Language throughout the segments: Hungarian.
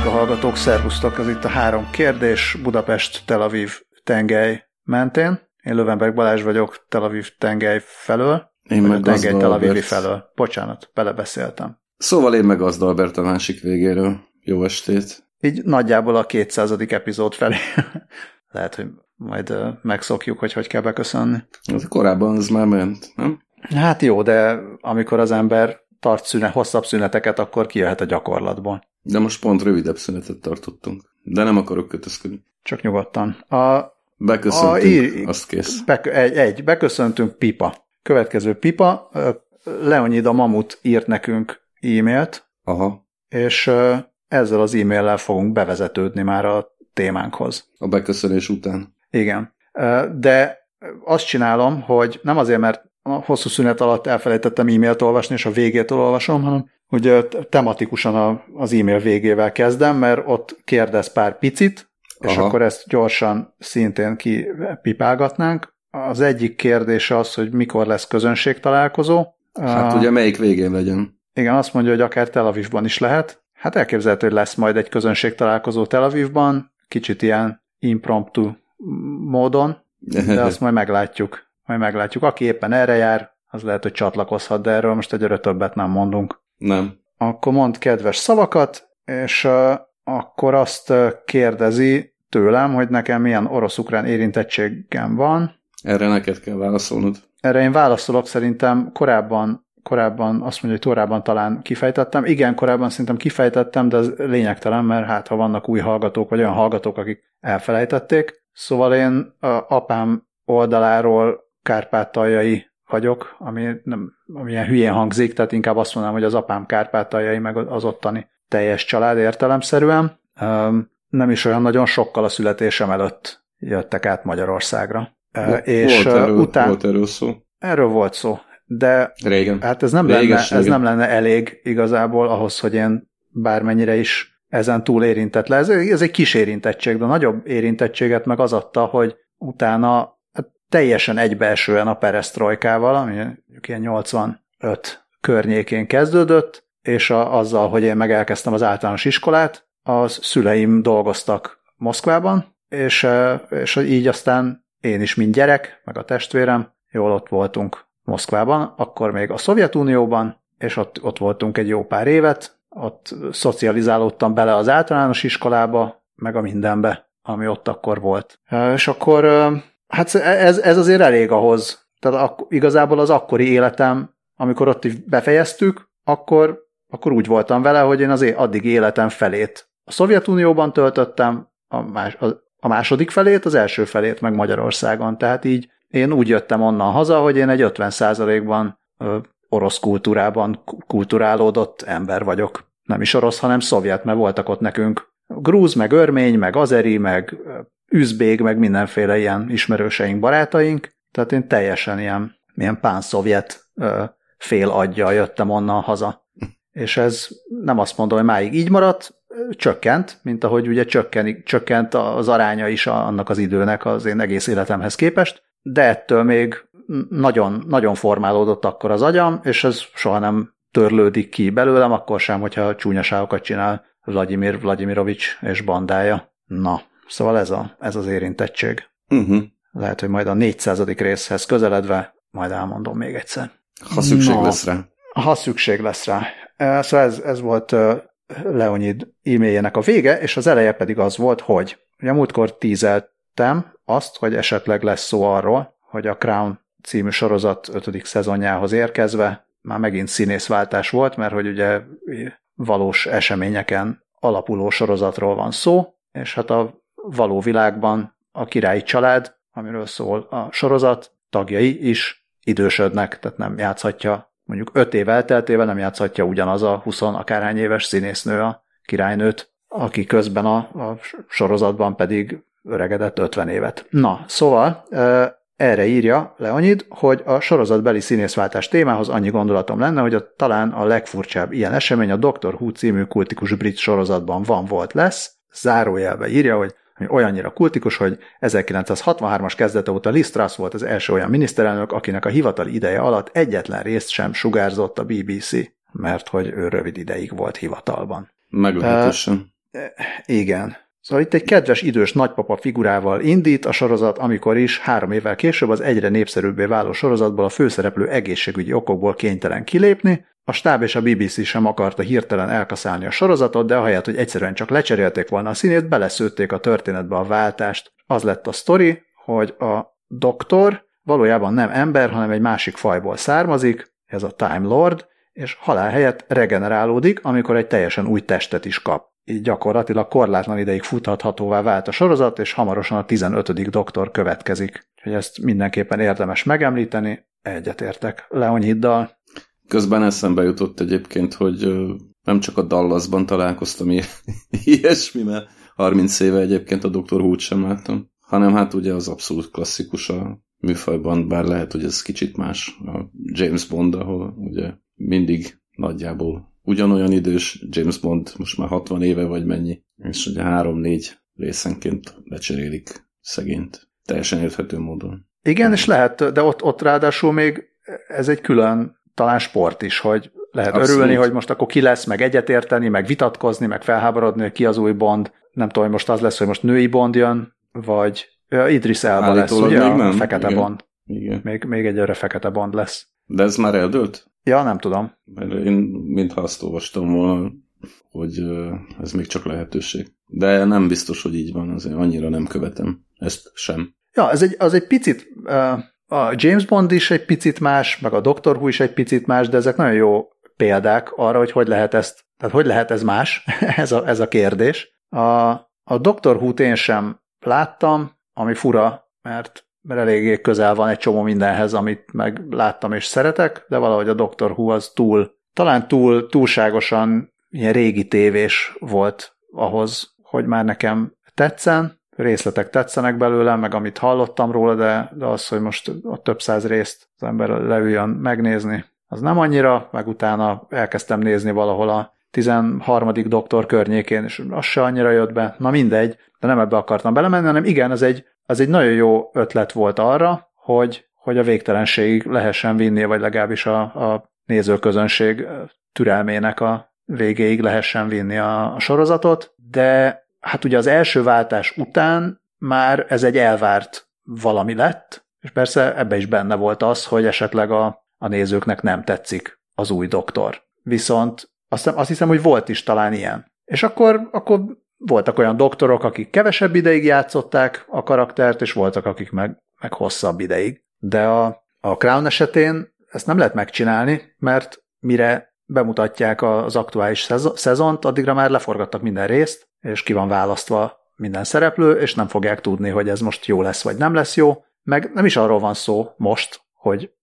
Drága hallgatók, szervusztok! Ez itt a 3 kérdés Budapest-Tel Aviv tengely mentén. Én Lövenberg Balázs vagyok Tel Aviv tengely felől. Én meg a tengely Tel Avivi Albert felől. Bocsánat, belebeszéltem. Szóval én meg Gazda Albert a másik végéről. Jó estét! Így nagyjából a 200. epizód felé. Lehet, hogy majd megszokjuk, hogy kell beköszönni. Hát korábban ez már ment, nem? Hát jó, de amikor az ember tart hosszabb szüneteket, akkor kijöhet a gyakorlatból. De most pont rövidebb szünetet tartottunk. De nem akarok kötözködni. Csak nyugodtan. Beköszöntünk, azt kész. Beköszöntünk Pipa. Következő Pipa, Leonid a Mamut írt nekünk e-mailt, Aha. és ezzel az e-maillel fogunk bevezetődni már a témánkhoz. A beköszönés után. Igen. De azt csinálom, hogy nem azért, mert a hosszú szünet alatt elfelejtettem e-mailt olvasni, és a végétől olvasom, hanem hogy tematikusan az e-mail végével kezdem, mert ott kérdez pár picit, és akkor ezt gyorsan szintén kipipálgatnánk. Az egyik kérdés az, hogy mikor lesz közönségtalálkozó. Hát ugye melyik végén legyen? Igen, azt mondja, hogy akár Tel Avivban is lehet. Hát elképzelhető, hogy lesz majd egy közönségtalálkozó Tel Avivban, kicsit ilyen impromptu módon, de azt majd meglátjuk. Aki éppen erre jár, az lehet, hogy csatlakozhat, de erről most egyre többet nem mondunk. Nem. Akkor mond kedves szavakat, és akkor azt kérdezi tőlem, hogy nekem milyen orosz-ukrán érintettségem van. Erre neked kell válaszolnod. Erre én válaszolok, szerintem korábban azt mondja, hogy korábban talán kifejtettem. Igen, korábban szerintem kifejtettem, de ez lényegtelen, mert hát ha vannak új hallgatók, vagy olyan hallgatók, akik elfelejtették. Szóval én apám oldaláról kárpátaljai vagyok, ami ilyen hülyén hangzik, tehát inkább azt mondanám, hogy az apám kárpátaljai, meg az ottani teljes család értelemszerűen. Nem is olyan nagyon sokkal a születésem előtt jöttek át Magyarországra. És volt erről szó. Erről volt szó, de régen. Hát ez nem lenne elég igazából ahhoz, hogy én bármennyire is ezen túl érintett le. Ez egy kis érintettség, de nagyobb érintettséget meg az adta, hogy utána teljesen egybeesően a peresztrojkával, ami ilyen 85 környékén kezdődött, és azzal, hogy én meg elkezdtem az általános iskolát, az szüleim dolgoztak Moszkvában, és így aztán én is, mint gyerek, meg a testvérem, jól ott voltunk Moszkvában, akkor még a Szovjetunióban, és ott voltunk egy jó pár évet, ott szocializálódtam bele az általános iskolába, meg a mindenbe, ami ott akkor volt. És akkor hát ez azért elég ahhoz. Tehát igazából az akkori életem, amikor ott is befejeztük, akkor úgy voltam vele, hogy én az addig életem felét a Szovjetunióban töltöttem, a második felét, az első felét meg Magyarországon. Tehát így én úgy jöttem onnan haza, hogy én egy 50%-ban orosz kultúrában kulturálódott ember vagyok. Nem is orosz, hanem szovjet, mert voltak ott nekünk grúz, meg örmény, meg azeri, meg üzbég, meg mindenféle ilyen ismerőseink, barátaink. Tehát én teljesen ilyen pán-szovjet fél aggyal jöttem onnan haza. És ez nem azt mondom, hogy máig így maradt, csökkent, mint ahogy ugye csökkent az aránya is annak az időnek az én egész életemhez képest, de ettől még nagyon, nagyon formálódott akkor az agyam, és ez soha nem törlődik ki belőlem, akkor sem, hogyha csúnyaságokat csinál Vladimir Vladimirovics és bandája. Na, szóval ez az érintettség. Lehet, hogy majd a 400. részhez közeledve majd elmondom még egyszer. Ha szükség lesz rá. Ha szükség lesz rá. Szóval ez volt Leonid e-mailjének a vége, és az eleje pedig az volt, hogy ugye múltkor tízeltem azt, hogy esetleg lesz szó arról, hogy a Crown című sorozat 5. szezonjához érkezve már megint színészváltás volt, mert hogy ugye valós eseményeken alapuló sorozatról van szó, és hát a való világban a királyi család, amiről szól a sorozat, tagjai is idősödnek, tehát nem játszhatja, mondjuk 5 év elteltével nem játszhatja ugyanaz a 20 akárhány éves színésznő a királynőt, aki közben a sorozatban pedig öregedett 50 évet. Na, szóval erre írja Leonid, hogy a sorozatbeli színészváltás témához annyi gondolatom lenne, hogy talán a legfurcsább ilyen esemény a Doctor Who című kultikus brit sorozatban volt lesz. Zárójelbe írja, hogy ami olyannyira kultikus, hogy 1963-as kezdete óta Liz Truss volt az első olyan miniszterelnök, akinek a hivatali ideje alatt egyetlen részt sem sugárzott a BBC, mert hogy ő rövid ideig volt hivatalban. Meglehetősen. Igen. Szóval itt egy kedves idős nagypapa figurával indít a sorozat, amikor is 3 évvel később az egyre népszerűbbé váló sorozatból a főszereplő egészségügyi okokból kénytelen kilépni. A stáb és a BBC sem akarta hirtelen elkaszálni a sorozatot, de ahelyett, hogy egyszerűen csak lecserélték volna a színét, beleszőtték a történetbe a váltást. Az lett a sztori, hogy a doktor valójában nem ember, hanem egy másik fajból származik, ez a Time Lord, és halál helyett regenerálódik, amikor egy teljesen új testet is kap. Így gyakorlatilag korlátlan ideig futhatóvá vált a sorozat, és hamarosan a 15. doktor következik. Úgyhogy ezt mindenképpen érdemes megemlíteni, egyetértek Leoniddal. Közben eszembe jutott egyébként, hogy nem csak a Dallasban találkoztam ilyesmi, mert 30 éve egyébként a Dr. Who-t sem láttam, hanem hát ugye az abszolút klasszikus a műfajban, bár lehet, hogy ez kicsit más a James Bond, ahol ugye mindig nagyjából ugyanolyan idős James Bond, most már 60 éve vagy mennyi, és ugye 3-4 részenként lecserélik szegényt. Teljesen érthető módon. Igen, és lehet, de ott ráadásul még ez egy külön talán sport is, hogy lehet abszolút örülni, hogy most akkor ki lesz, meg egyetérteni, meg vitatkozni, meg felháborodni, hogy ki az új Bond. Nem tudom, hogy most az lesz, hogy most női Bond jön, vagy Idris Elba lesz, ugye a fekete igen. Bond. Igen. Még egyre fekete Bond lesz. De ez már eldőlt? Ja, nem tudom. Mert én mintha azt olvastam volna, hogy ez még csak lehetőség. De nem biztos, hogy így van, azért annyira nem követem ezt sem. Ja, az egy picit, a James Bond is egy picit más, meg a Doctor Who is egy picit más, de ezek nagyon jó példák arra, hogy lehet ezt, tehát hogy lehet ez más, ez a kérdés. A Doctor Who-t én sem láttam, ami fura, mert eléggé közel van egy csomó mindenhez, amit meg láttam és szeretek, de valahogy a Doctor Who az talán túlságosan ilyen régi tévés volt ahhoz, hogy már nekem tetszen, részletek tetszenek belőle, meg amit hallottam róla, de az, hogy most a több száz részt az ember leüljön megnézni, az nem annyira, meg utána elkezdtem nézni valahol a 13. doktor környékén, és az se annyira jött be, na mindegy, de nem ebbe akartam belemenni, hanem igen, az egy nagyon jó ötlet volt arra, hogy a végtelenségig lehessen vinni, vagy legalábbis a nézőközönség türelmének a végéig lehessen vinni a sorozatot, de hát ugye az első váltás után már ez egy elvárt valami lett, és persze ebbe is benne volt az, hogy esetleg a nézőknek nem tetszik az új doktor. Viszont azt hiszem, hogy volt is talán ilyen. És akkor voltak olyan doktorok, akik kevesebb ideig játszották a karaktert, és voltak, akik meg hosszabb ideig. De a Crown esetén ezt nem lehet megcsinálni, mert mire bemutatják az aktuális szezont, addigra már leforgattak minden részt, és ki van választva minden szereplő, és nem fogják tudni, hogy ez most jó lesz, vagy nem lesz jó. Meg nem is arról van szó most, hogy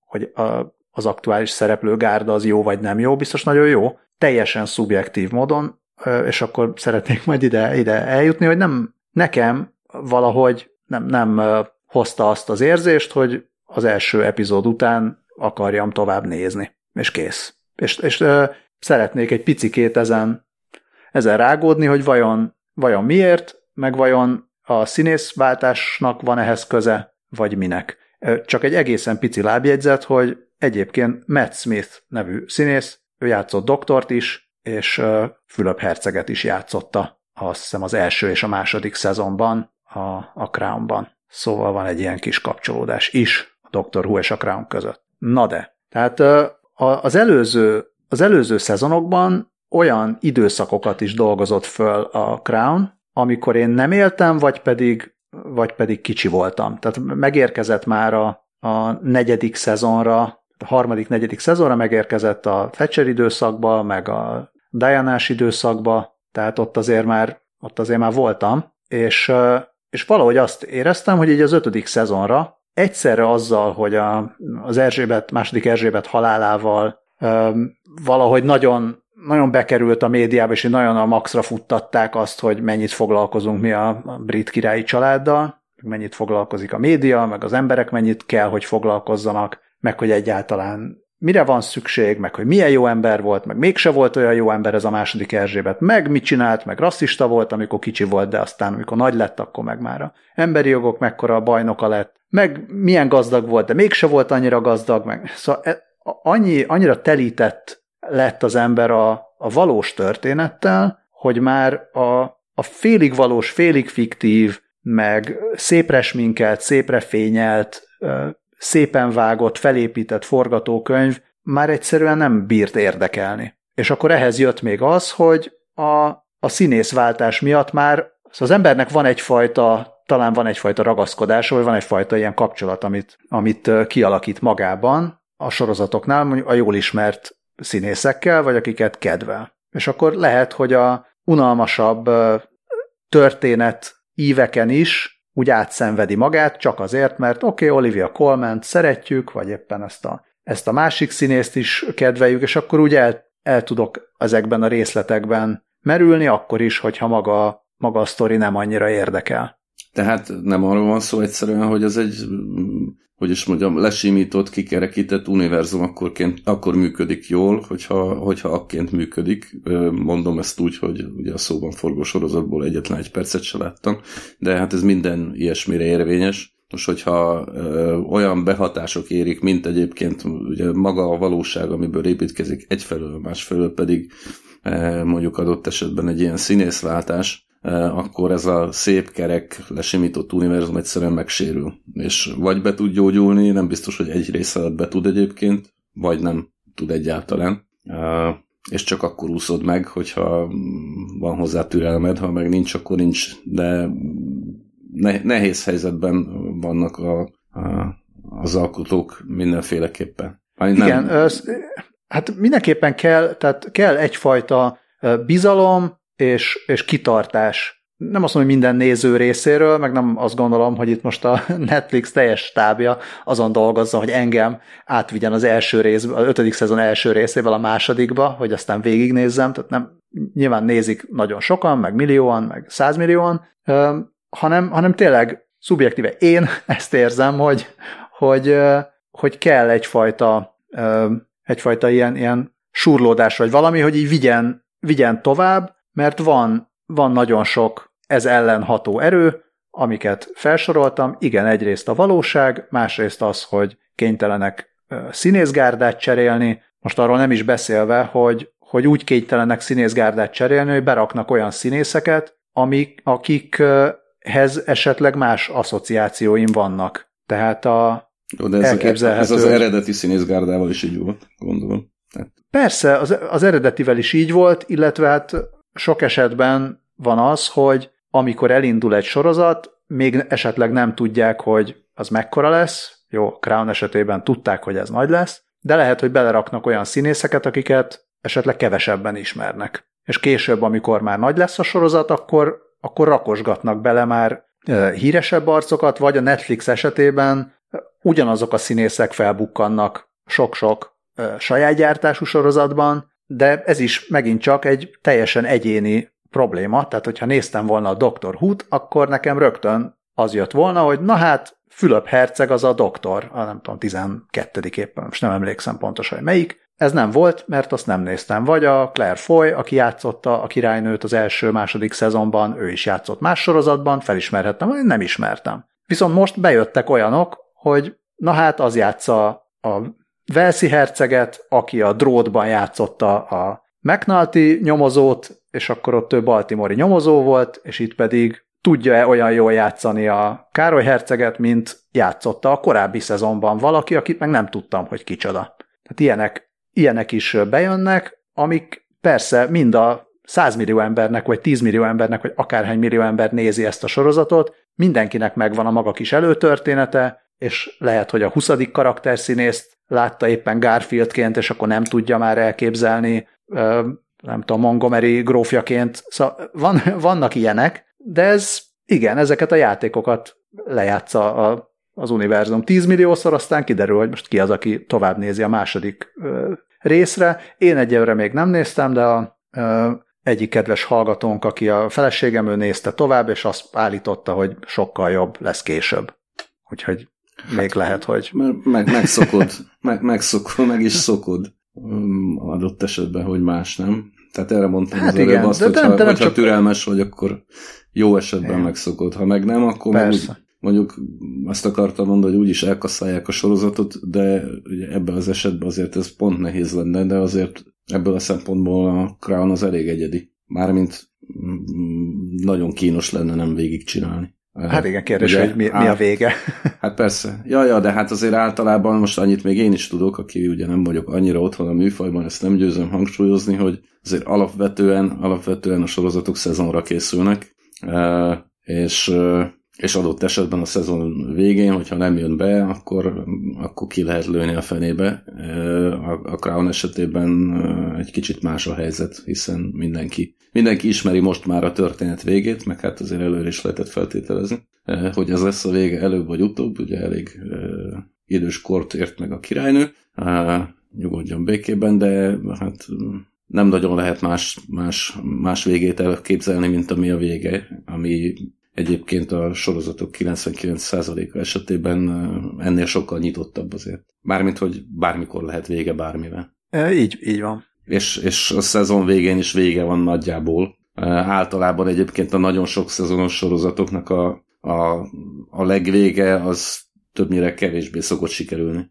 az aktuális szereplő gárda az jó, vagy nem jó, biztos nagyon jó, teljesen szubjektív módon, és akkor szeretnék majd ide eljutni, hogy nekem valahogy nem hozta azt az érzést, hogy az első epizód után akarjam tovább nézni, és kész. És szeretnék egy picikét ezen rágódni, hogy vajon miért, meg vajon a színészváltásnak van ehhez köze, vagy minek. Csak egy egészen pici lábjegyzet, hogy egyébként Matt Smith nevű színész, ő játszott doktort is, és Fülöp herceget is játszotta, azt hiszem az első és a második szezonban a Crownban. Szóval van egy ilyen kis kapcsolódás is a Doctor Who és a Crown között. Na de, tehát az előző szezonokban olyan időszakokat is dolgozott föl a Crown, amikor én nem éltem, vagy pedig kicsi voltam. Tehát megérkezett már a negyedik szezonra, a harmadik-negyedik szezonra megérkezett a Thatcher időszakba, meg a Dianás időszakba, tehát ott azért már voltam, és valahogy azt éreztem, hogy így az 5. szezonra egyszerre azzal, hogy az második Erzsébet halálával valahogy nagyon, nagyon bekerült a médiába, és nagyon a maxra futtatták azt, hogy mennyit foglalkozunk mi a brit királyi családdal, mennyit foglalkozik a média, meg az emberek mennyit kell, hogy foglalkozzanak, meg hogy egyáltalán mire van szükség, meg hogy milyen jó ember volt, meg mégse volt olyan jó ember ez a második Erzsébet, meg mit csinált, meg rasszista volt, amikor kicsi volt, de aztán amikor nagy lett, akkor meg már a emberi jogok mekkora bajnoka lett, meg milyen gazdag volt, de mégse volt annyira gazdag, meg szóval annyira telített lett az ember a valós történettel, hogy már a félig valós, félig fiktív, meg szépre sminkelt, szépre fényelt, szépen vágott, felépített forgatókönyv már egyszerűen nem bírt érdekelni. És akkor ehhez jött még az, hogy a színészváltás miatt már az embernek talán van egyfajta ragaszkodása, vagy van egyfajta ilyen kapcsolat, amit kialakít magában a sorozatoknál, mondjuk a jól ismert színészekkel, vagy akiket kedvel. És akkor lehet, hogy a unalmasabb történet íveken is úgy átszenvedi magát, csak azért, mert Olivia Colmant szeretjük, vagy éppen ezt a másik színészt is kedveljük, és akkor úgy el tudok ezekben a részletekben merülni, akkor is, hogyha maga a sztori nem annyira érdekel. Tehát nem arról van szó egyszerűen, hogy ez egy, hogy is mondjam, lesimított, kikerekített univerzum akkor működik jól, hogyha akként működik. Mondom ezt úgy, hogy ugye a szóban forgó sorozatból egyetlen egy percet se láttam, de hát ez minden ilyesmire érvényes. Most, hogyha olyan behatások érik, mint egyébként ugye maga a valóság, amiből építkezik egyfelől, másfelől pedig mondjuk adott esetben egy ilyen színészváltás, akkor ez a szép, kerek, lesimított univerzum egyszerűen megsérül. És vagy be tud gyógyulni, nem biztos, hogy egy rész alatt be tud egyébként, vagy nem tud egyáltalán. És csak akkor úszod meg, hogyha van hozzá türelmed, ha meg nincs, akkor nincs. De nehéz helyzetben vannak az alkotók mindenféleképpen. Igen, hát mindenképpen kell egyfajta bizalom és kitartás. Nem azt mondom, hogy minden néző részéről, meg nem azt gondolom, hogy itt most a Netflix teljes stábja azon dolgozza, hogy engem átvigyen az első részbe, az 5. szezon első részével a másodikba, hogy aztán végignézzem, tehát nem, nyilván nézik nagyon sokan, meg millióan, meg 100 millióan, hanem tényleg szubjektíve én ezt érzem, hogy kell egyfajta ilyen surlódás, vagy valami, hogy így vigyen tovább, mert van nagyon sok ez ellen ható erő, amiket felsoroltam. Igen, egyrészt a valóság, másrészt az, hogy kénytelenek színészgárdát cserélni. Most arról nem is beszélve, hogy úgy kénytelenek színészgárdát cserélni, hogy beraknak olyan színészeket, akikhez esetleg más asszociációim vannak. Tehát ez az eredeti színészgárdával is így volt, gondolom. Persze, az eredetivel is így volt, illetve hát sok esetben van az, hogy amikor elindul egy sorozat, még esetleg nem tudják, hogy az mekkora lesz. Jó, Crown esetében tudták, hogy ez nagy lesz, de lehet, hogy beleraknak olyan színészeket, akiket esetleg kevesebben ismernek. És később, amikor már nagy lesz a sorozat, akkor rakosgatnak bele már híresebb arcokat, vagy a Netflix esetében ugyanazok a színészek felbukkannak sok-sok saját gyártású sorozatban, de ez is megint csak egy teljesen egyéni probléma, tehát hogyha néztem volna a Dr. Who-t, akkor nekem rögtön az jött volna, hogy na hát Fülöp herceg az a doktor, nem tudom, 12. éppen, most nem emlékszem pontosan, hogy melyik. Ez nem volt, mert azt nem néztem. Vagy a Claire Foy, aki játszotta a királynőt az első-második szezonban, ő is játszott más sorozatban, felismerhettem, én nem ismertem. Viszont most bejöttek olyanok, hogy na hát az játsza a Walesi herceget, aki a Drótban játszotta a McNulty nyomozót, és akkor ott ő baltimore-i nyomozó volt, és itt pedig tudja-e olyan jól játszani a Károly herceget, mint játszotta a korábbi szezonban valaki, akit meg nem tudtam, hogy kicsoda. Tehát ilyenek is bejönnek, amik persze mind a 100 millió embernek, vagy 10 millió embernek, vagy akárhány millió ember nézi ezt a sorozatot, mindenkinek megvan a maga kis előtörténete, és lehet, hogy a 20. karakterszínészt látta éppen Garfieldként, és akkor nem tudja már elképzelni, nem tudom, Montgomery grófjaként. Szóval vannak ilyenek, de ezeket a játékokat lejátsza az univerzum 10 milliószor, aztán kiderül, hogy most ki az, aki tovább nézi a második részre. Én egyelőre még nem néztem, de egyik kedves hallgatónk, aki a feleségem, ő nézte tovább, és azt állította, hogy sokkal jobb lesz később. Úgyhogy még lehet, hogy... Megszokod, meg is szokod adott esetben, hogy más, nem? Tehát erre mondtam az előbb azt, hogyha türelmes vagy, akkor jó esetben megszokod. Ha meg nem, akkor mondjuk azt akartam mondani, hogy úgyis elkasszálják a sorozatot, de ugye ebben az esetben azért ez pont nehéz lenne, de azért ebből a szempontból a Crown az elég egyedi. Mármint nagyon kínos lenne nem végigcsinálni. Hát igen, kérdés, ugye, hogy mi a vége. Hát persze. Ja, de hát azért általában most annyit még én is tudok, aki ugye nem vagyok annyira otthon a műfajban, ezt nem győzöm hangsúlyozni, hogy azért alapvetően a sorozatok szezonra készülnek, és adott esetben a szezon végén, hogyha nem jön be, akkor ki lehet lőni a fenébe. A Crown esetében egy kicsit más a helyzet, hiszen mindenki ismeri most már a történet végét, meg hát azért előre is lehetett feltételezni, hogy ez lesz a vége előbb vagy utóbb, ugye elég idős kort ért meg a királynő, nyugodjon békében, de hát nem nagyon lehet más végét elképzelni, mint ami a vége, ami egyébként a sorozatok 99%-a esetében ennél sokkal nyitottabb azért. Mármint, hogy bármikor lehet vége bármivel. Így van. És a szezon végén is vége van nagyjából. Általában egyébként a nagyon sok szezonos sorozatoknak a legvége az többnyire kevésbé szokott sikerülni.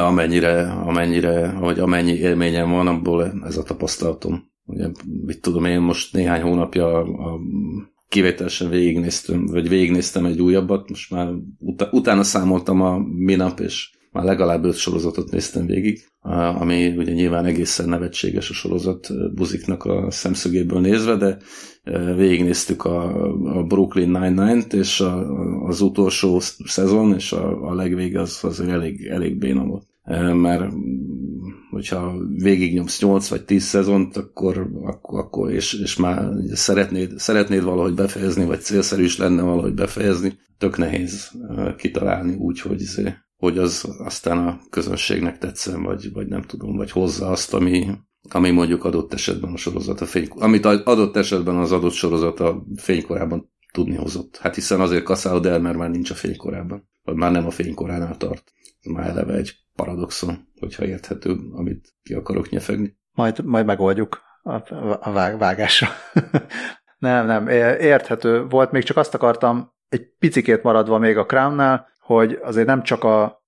Amennyi élményem van, abból ez a tapasztalatom. Ugye, mit tudom én, most néhány hónapja kivételesen végignéztem egy újabbat, most már utána számoltam a minap, és már legalább 5 sorozatot néztem végig, ami ugye nyilván egészen nevetséges a sorozat buziknak a szemszögéből nézve, de végignéztük a Brooklyn Nine-Nine-t, és az utolsó szezon, és a legvége az elég béna volt. Mert hogyha végignyomsz 8 vagy 10 szezont, akkor és már szeretnéd valahogy befejezni, vagy célszerű is lenne valahogy befejezni, tök nehéz kitalálni úgy, hogy az aztán a közönségnek tetszen, vagy nem tudom, vagy hozza azt, ami mondjuk adott esetben a sorozat amit adott esetben az adott sorozat a fénykorában tudni hozott. Hát hiszen azért kaszálod el, mert már nincs a fénykorában, vagy már nem a fénykoránál tart. Ez már eleve egy paradoxon, hogyha érthető, amit ki akarok nyefegni. Majd megoldjuk a vágásra. Nem, érthető volt. Még csak azt akartam, egy picikét maradva még a Crown-nál, hogy azért nem csak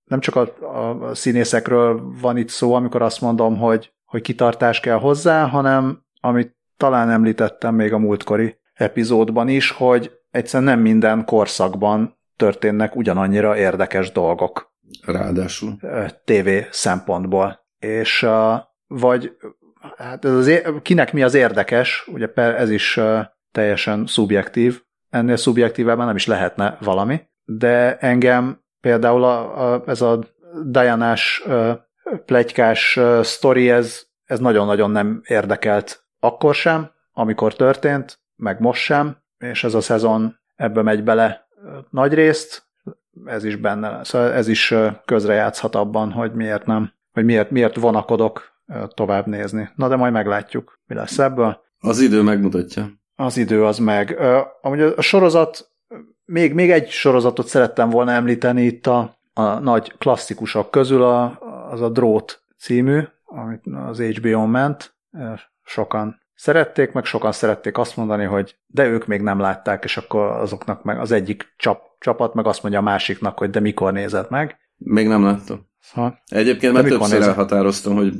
a színészekről van itt szó, amikor azt mondom, hogy kitartás kell hozzá, hanem amit talán említettem még a múltkori epizódban is, hogy egyszerűen nem minden korszakban történnek ugyanannyira érdekes dolgok. Ráadásul. TV szempontból. És vagy hát kinek mi az érdekes, ugye ez is teljesen szubjektív, ennél szubjektívebben nem is lehetne valami, de engem például ez a Diana-s pletykás sztori, ez nagyon-nagyon nem érdekelt akkor sem, amikor történt, meg most sem, és ez a szezon ebbe megy bele nagyrészt, ez is benne, szóval ez is közrejátszhat abban, hogy miért nem, vagy miért vonakodok tovább nézni. Na de majd meglátjuk, mi lesz ebből. Az idő megmutatja. Az idő az meg. Amúgy a sorozat, még egy sorozatot szerettem volna említeni itt a nagy klasszikusok közül, az a Drót című, amit az HBO-n ment. Sokan szerették, meg sokan szerették azt mondani, hogy de ők még nem látták, és akkor azoknak meg az egyik csapat meg azt mondja a másiknak, hogy de mikor nézed meg. Még nem láttam. Szóval, egyébként már többször elhatároztam,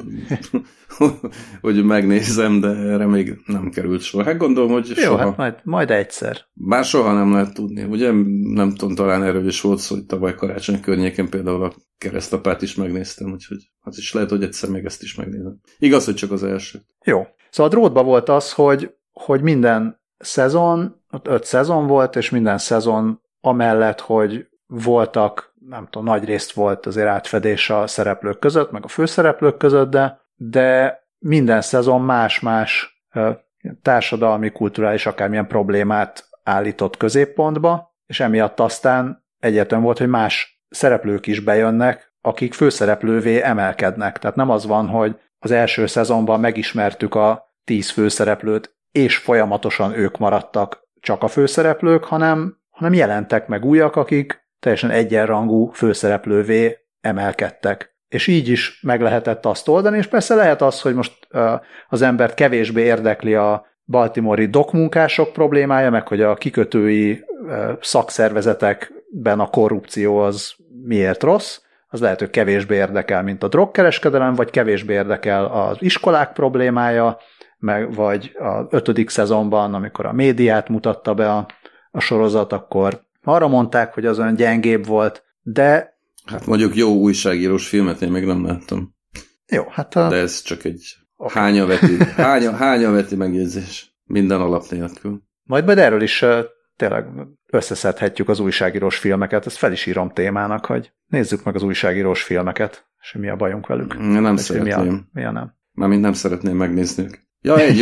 hogy megnézem, de erre még nem került sor. Hát gondolom, hogy jó, soha. Hát majd egyszer. Bár soha nem lehet tudni. Ugye nem tudom, talán erről is volt szó, hogy tavaly karácsony környéken például a Keresztapát is megnéztem, úgyhogy az is lehet, hogy egyszer még ezt is megnézem. Igaz, hogy csak az első. Jó. Szóval a Drótban volt az, hogy minden szezon, 5 szezon volt, és minden szezon amellett, hogy voltak, nem tudom, nagy részt volt azért átfedés a szereplők között, meg a főszereplők között, de minden szezon más-más társadalmi, kulturális, akármilyen problémát állított középpontba, és emiatt aztán egyértelmű volt, hogy más szereplők is bejönnek, akik főszereplővé emelkednek. Tehát nem az van, hogy az első szezonban megismertük a 10 főszereplőt, és folyamatosan ők maradtak csak a főszereplők, hanem jelentek meg újak, akik teljesen egyenrangú főszereplővé emelkedtek. És így is meg lehetett azt oldani, és persze lehet az, hogy most az embert kevésbé érdekli a baltimore-i dokmunkások problémája, meg hogy a kikötői szakszervezetekben a korrupció az miért rossz, az lehet, hogy kevésbé érdekel, mint a drogkereskedelem, vagy kevésbé érdekel az iskolák problémája, vagy a 5. szezonban, amikor a médiát mutatta be a sorozat, akkor arra mondták, hogy az olyan gyengébb volt, de... Hát mondjuk jó újságírós filmet én még nem láttam. Jó, hát de ez csak egy hányaveti megjegyzés. Minden alap nélkül. Majd erről is tényleg összeszedhetjük az újságírós filmeket, ezt fel is írom témának, hogy nézzük meg az újságírós filmeket, és mi a bajunk velük. Nem szeretném. Mi a nem? Mármint nem szeretném megnézni. Ja, egy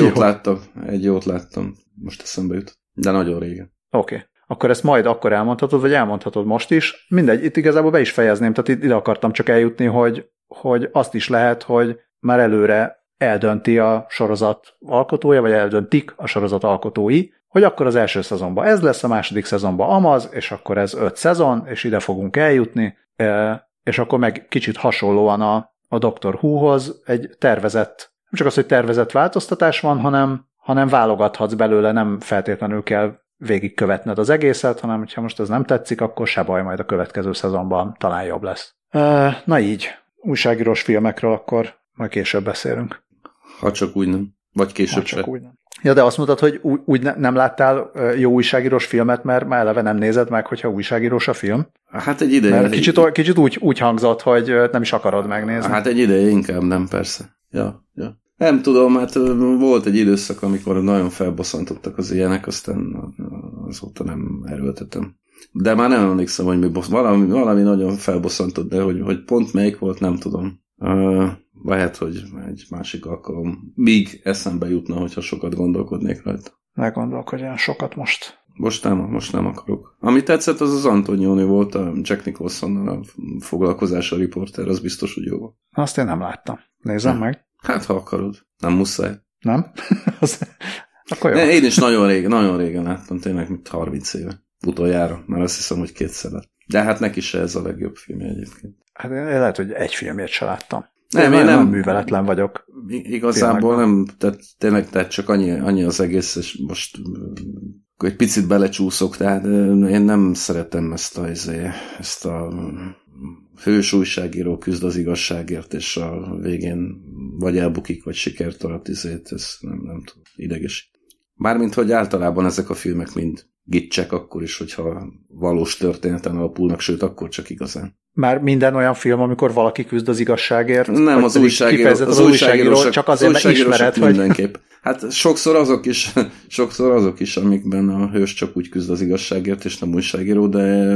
jót láttam. Most eszembe jut. De nagyon régen. Oké. Akkor ezt majd akkor elmondhatod, vagy elmondhatod most is. Mindegy, itt igazából be is fejezném, tehát ide akartam csak eljutni, hogy azt is lehet, hogy már előre eldönti a sorozat alkotója, vagy eldöntik a sorozat alkotói, hogy akkor az első szezonban ez lesz, a második szezonban amaz, és akkor ez 5 szezon, és ide fogunk eljutni, és akkor meg kicsit hasonlóan a Doctor Who-hoz egy tervezett, nem csak az, hogy tervezett változtatás van, hanem válogathatsz belőle, nem feltétlenül kell végigkövetned az egészet, hanem hogyha most ez nem tetszik, akkor se baj, majd a következő szezonban talán jobb lesz. Na így, újságírós filmekről akkor majd később beszélünk. Ha csak úgy nem. Vagy később se. Ja, de azt mondtad, hogy úgy nem láttál jó újságírós filmet, mert már eleve nem nézed meg, hogyha újságírós a film? Hát egy ideje. Kicsit úgy hangzott, hogy nem is akarod megnézni. Hát egy ideje inkább nem, persze. Ja. Nem tudom, hát volt egy időszak, amikor nagyon felbosszantottak az ilyenek, aztán azóta nem erőltetem. De már nem emlékszem, hogy valami nagyon felbosszantott, de hogy pont melyik volt, nem tudom. Lehet, hogy egy másik alkalom még eszembe jutna, hogyha sokat gondolkodnék rajta. Ne gondolkodj olyan sokat most. Most nem akarok. Ami tetszett, az Antonioni volt, a Jack Nicholsonnal a foglalkozása riporter, az biztos, hogy jó volt. Azt én nem láttam. Nézzem meg. Hát, ha akarod. Nem muszáj. Nem? Akkor jó. De én is nagyon régen láttam, tényleg mint 30 éve. Utoljára, mert azt hiszem, hogy 2-szer lett. De hát neki se ez a legjobb filmje egyébként. Hát én lehet, hogy egy filmjet se láttam. Én nem műveletlen vagyok. Igazából nem, tényleg csak annyi az egész, és most egy picit belecsúszok, tehát én nem szeretem ezt a hős újságíró küzd az igazságért, és a végén vagy elbukik, vagy sikert arat ez nem tudom, ideges. Mármint, hogy általában ezek a filmek mind gicsek akkor is, hogyha valós történeten alapulnak, sőt, akkor csak igazán. Már minden olyan film, amikor valaki küzd az igazságért? Nem, az újságíró csak azért, mert ismered, hogy... Mindenképp. Hát sokszor azok is, amikben a hős csak úgy küzd az igazságért, és nem újságíró, de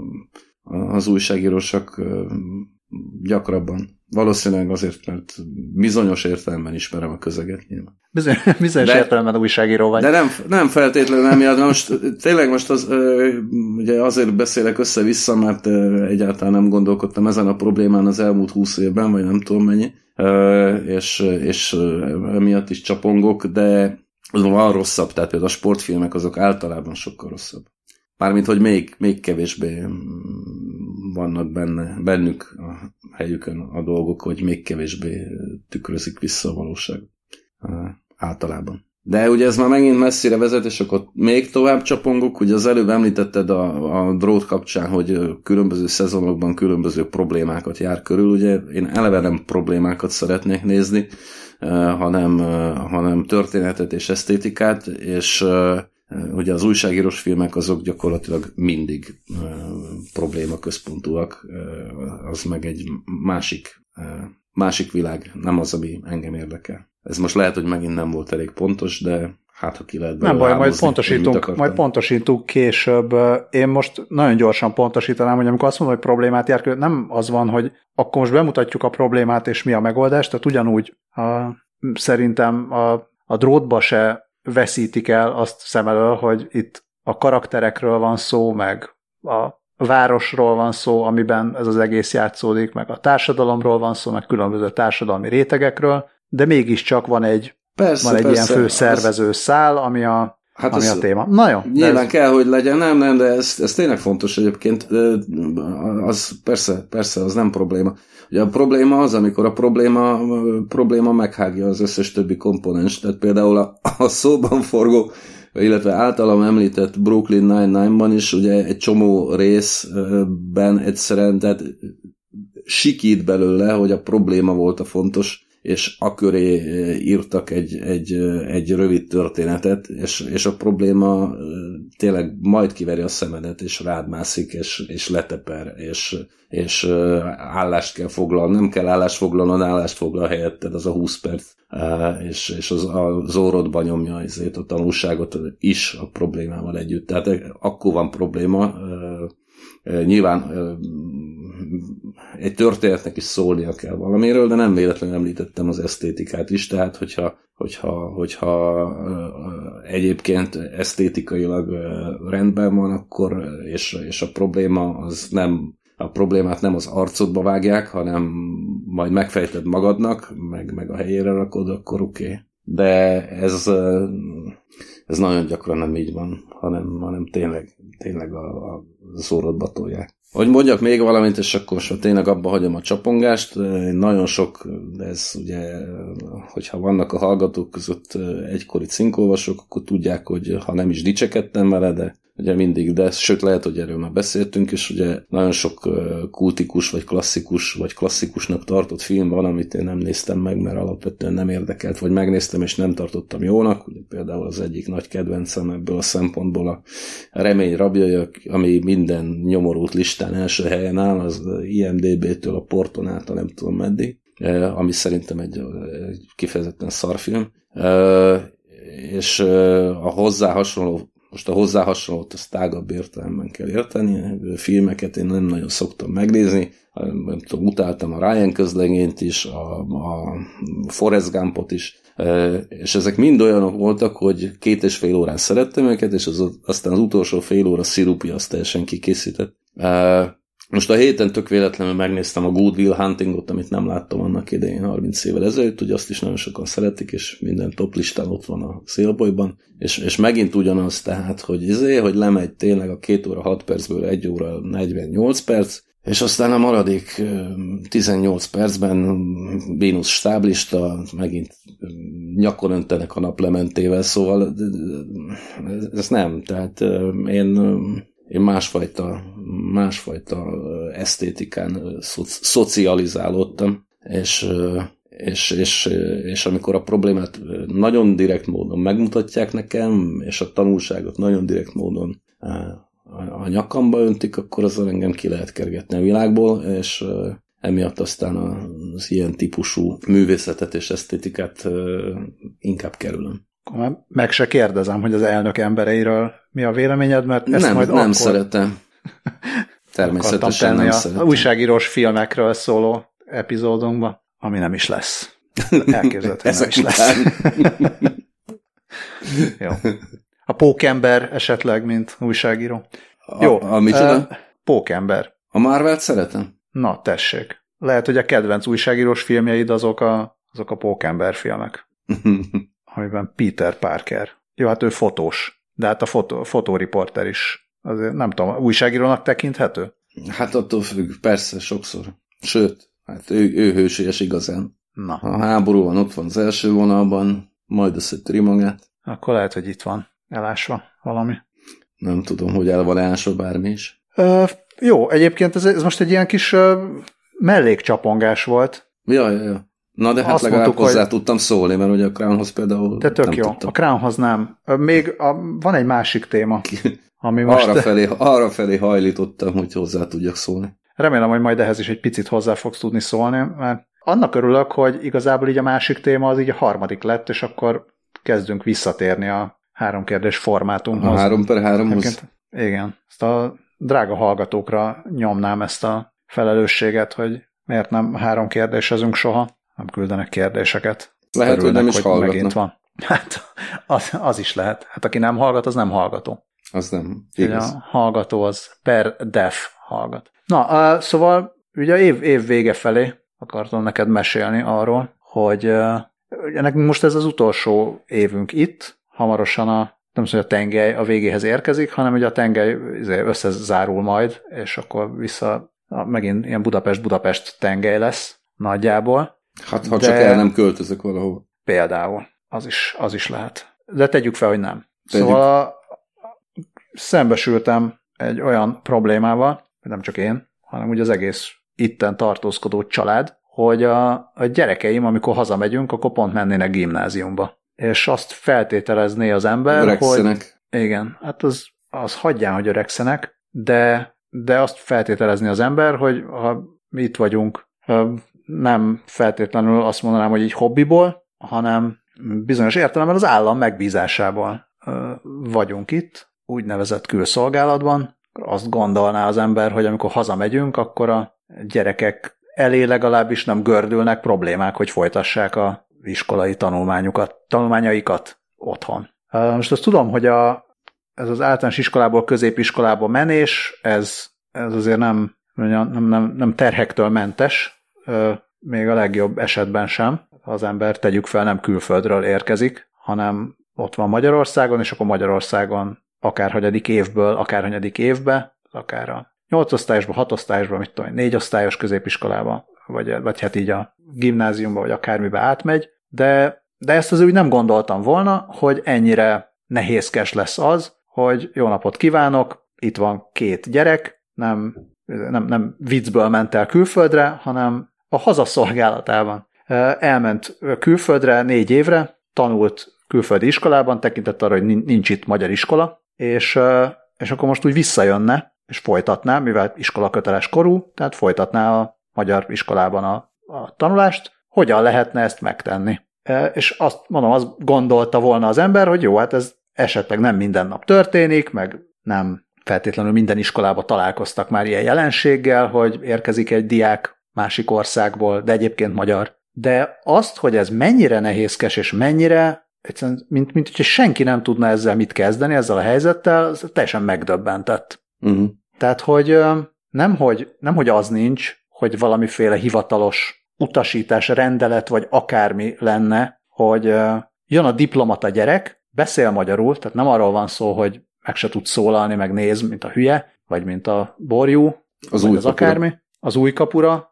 az újságírósak gyakrabban. Valószínűleg azért, mert bizonyos értelemben ismerem a közeget nyilván. Bizonyos értelemben újságíró vagy. De nem feltétlenül emiatt. Most ugye azért beszélek össze-vissza, mert egyáltalán nem gondolkodtam ezen a problémán az elmúlt 20 évben, vagy nem tudom mennyi, és emiatt is csapongok, de van rosszabb, tehát például a sportfilmek azok általában sokkal rosszabb. Mármint, hogy még kevésbé vannak bennük a helyükön a dolgok, hogy még kevésbé tükrözik vissza a valóság általában. De ugye ez már megint messzire vezet, és akkor még tovább csapongok. Ugye az előbb említetted a drót kapcsán, hogy különböző szezonokban különböző problémákat jár körül. Ugye én eleve nem problémákat szeretnék nézni, hanem történetet és esztétikát, és ugye az újságírós filmek azok gyakorlatilag mindig problémaközpontúak, az meg egy másik világ, nem az, ami engem érdekel. Ez most lehet, hogy megint nem volt elég pontos, de hát ha ki lehet belőle majd pontosítunk később. Én most nagyon gyorsan pontosítanám, hogy amikor azt mondom, hogy problémát jár, nem az van, hogy akkor most bemutatjuk a problémát, és mi a megoldás, tehát ugyanúgy szerintem a drótba se veszítik el azt szem elől, hogy itt a karakterekről van szó, meg a városról van szó, amiben ez az egész játszódik, meg a társadalomról van szó, meg különböző társadalmi rétegekről, de mégiscsak van egy ilyen fő szervező szál, ami a téma. Na jó. Nyilván kell, hogy legyen, nem, de ez tényleg fontos egyébként. Az persze, az nem probléma. Ugye a probléma az, amikor a probléma meghágja az összes többi komponens. Tehát például a szóban forgó, illetve általam említett Brooklyn Nine-Nine-ban is ugye egy csomó részben egyszerűen tehát sikít belőle, hogy a probléma volt a fontos, és aköré írtak egy rövid történetet, és a probléma tényleg majd kiveri a szemedet, és rád mászik, és leteper, és állást kell foglalni. Nem kell állást foglalnod, állást foglal helyetted, az a 20 perc, és az orrodba nyomja a tanulságot is a problémával együtt. Tehát akkor van probléma. Nyilván egy történetnek is szólnia kell valamiről, de nem véletlenül említettem az esztétikát is, tehát hogyha egyébként esztétikailag rendben van, akkor és a probléma az nem, a problémát nem az arcodba vágják, hanem majd megfejted magadnak, meg a helyére rakod, akkor oké. De ez nagyon gyakran nem így van, hanem tényleg az orrodba tolják. Hogy mondjak még valamit, és akkor most tényleg abba hagyom a csapongást. Nagyon sok, de ez ugye, hogyha vannak a hallgatók között egykori cinkolvasok, akkor tudják, hogy ha nem is dicsekedtem vele, de ugye mindig, de sőt lehet, hogy erről már beszéltünk, és ugye nagyon sok kultikus, vagy klasszikusnak tartott film van, amit én nem néztem meg, mert alapvetően nem érdekelt, vagy megnéztem, és nem tartottam jónak. Ugye például az egyik nagy kedvencem ebből a szempontból a Remény rabjai, ami minden nyomorult listán első helyen áll, az IMDb-től a Porton át, nem tudom meddig, ami szerintem egy kifejezetten szarfilm. És a hozzá hasonló, most a hozzá hasonlót azt tágabb értelemben kell érteni, filmeket én nem nagyon szoktam megnézni, nem tudom, utáltam a Ryan közlegényt is, a Forrest Gumpot is, és ezek mind olyanok voltak, hogy 2,5 órán szerettem őket, és aztán az utolsó fél óra szirupi azt teljesen kikészített. Most a héten tök véletlenül megnéztem a Good Will Huntingot, amit nem láttam annak idején 30 évvel ezelőtt, ugye azt is nagyon sokan szeretik, és minden top listán ott van a Szélbolyban, és megint ugyanaz, tehát, hogy lemegy tényleg a 2 óra 6 percből 1 óra 48 perc, és aztán a maradék 18 percben mínusz stáblista, megint nyakon öntenek a naplementével, szóval ez nem, tehát én másfajta esztétikán szocializálódtam, és amikor a problémát nagyon direkt módon megmutatják nekem, és a tanulságot nagyon direkt módon a nyakamba öntik, akkor azzal engem ki lehet kergetni a világból, és emiatt aztán az ilyen típusú művészetet és esztétikát inkább kerülöm. Meg se kérdezem, hogy az elnök embereiről mi a véleményed, mert ezt majd nem szeretem. Természetesen nem szeretem. Újságírós filmekről szóló epizódunkban, ami nem is lesz. Elképzelhető, nem is lesz. Jó. A Pókember esetleg, mint újságíró. Jó. Micsoda? Pókember. A Marvelt szeretem? Na, tessék. Lehet, hogy a kedvenc újságírós filmjeid azok a Pókember filmek. Amiben Peter Parker. Jó, hát ő fotós, de hát a fotóriporter is. Azért nem tudom, újságírónak tekinthető? Hát attól függ, persze, sokszor. Sőt, hát ő hősies igazán. Na. A háború van, ott van az első vonalban, majd összetöri magát. Akkor lehet, hogy itt van elásva valami. Nem tudom, hogy el van elásva bármi is. Jó, egyébként ez most egy ilyen kis mellékcsapongás volt. Ja. Na, de hát azt legalább mondtuk, hozzá tudtam szólni, mert ugye a Crownhoz például de tök nem jó. Tudtam. A Crownhoz nem. Még van egy másik téma, ami most... Arra felé hajlítottam, hogy hozzá tudjak szólni. Remélem, hogy majd ehhez is egy picit hozzá fogsz tudni szólni, mert annak örülök, hogy igazából így a másik téma az így a harmadik lett, és akkor kezdünk visszatérni a 3 kérdés formátumhoz. A 3x3-hoz? Igen. Ezt a drága hallgatókra nyomnám ezt a felelősséget, hogy miért nem 3 kérdésezünk soha. Nem küldenek kérdéseket. Lehet, örülnek, hogy nem is hallgatnak. Megint van. Hát az is lehet. Hát aki nem hallgat, az nem hallgató. Az nem. Igaz. A hallgató az per def hallgat. Na, szóval ugye év vége felé akartam neked mesélni arról, hogy nekünk most ez az utolsó évünk itt, hamarosan nem tudom, hogy a tengely a végéhez érkezik, hanem hogy a tengely összezárul majd, és akkor megint ilyen Budapest tengely lesz nagyjából. Hát, ha csak el nem költözök valahol. Például. Az is lehet. De tegyük fel, hogy nem. Szóval szembesültem egy olyan problémával, nem csak én, hanem úgy az egész itten tartózkodó család, hogy a gyerekeim, amikor hazamegyünk, akkor pont mennének gimnáziumba. És azt feltételezné az ember, öregszenek. hogy igen, hát az hagyján, hogy öregszenek, de azt feltételezni az ember, hogy ha mi itt vagyunk, nem feltétlenül azt mondanám, hogy így hobbiból, hanem bizonyos értelemben az állam megbízásából vagyunk itt, úgynevezett külszolgálatban. Azt gondolná az ember, hogy amikor hazamegyünk, akkor a gyerekek elé legalábbis nem gördülnek problémák, hogy folytassák a iskolai tanulmányaikat otthon. Most azt tudom, hogy ez az általános iskolából középiskolába menés, ez azért nem terhektől mentes, még a legjobb esetben sem. Az ember, tegyük fel, nem külföldről érkezik, hanem ott van Magyarországon, és akkor Magyarországon akár hanyadik évbe, akár a 8 osztályosba, 6 osztályosba, 4 osztályos középiskolába, vagy hát így a gimnáziumba, vagy akármibe átmegy, de ezt azért úgy nem gondoltam volna, hogy ennyire nehézkes lesz az, hogy jó napot kívánok, itt van 2 gyerek, nem viccből ment el külföldre, hanem a hazaszolgálatában. Elment külföldre 4 évre, tanult külföldi iskolában, tekintett arra, hogy nincs itt magyar iskola, és akkor most úgy visszajönne, és folytatná, mivel iskolaköteles korú, tehát folytatná a magyar iskolában a tanulást, hogyan lehetne ezt megtenni. És azt gondolta volna az ember, hogy jó, hát ez esetleg nem minden nap történik, meg nem feltétlenül minden iskolába találkoztak már ilyen jelenséggel, hogy érkezik egy diák másik országból, de egyébként magyar. De azt, hogy ez mennyire nehézkes, és mennyire, egyszerűen, mint hogyha senki nem tudna ezzel mit kezdeni, ezzel a helyzettel, az teljesen megdöbbentett. Uh-huh. Tehát, hogy nemhogy az nincs, hogy valamiféle hivatalos utasítás, rendelet, vagy akármi lenne, hogy jön a diplomata gyerek, beszél magyarul, tehát nem arról van szó, hogy meg se tud szólalni, meg néz, mint a hülye, vagy mint a borjú, vagy az akármi, az új kapura,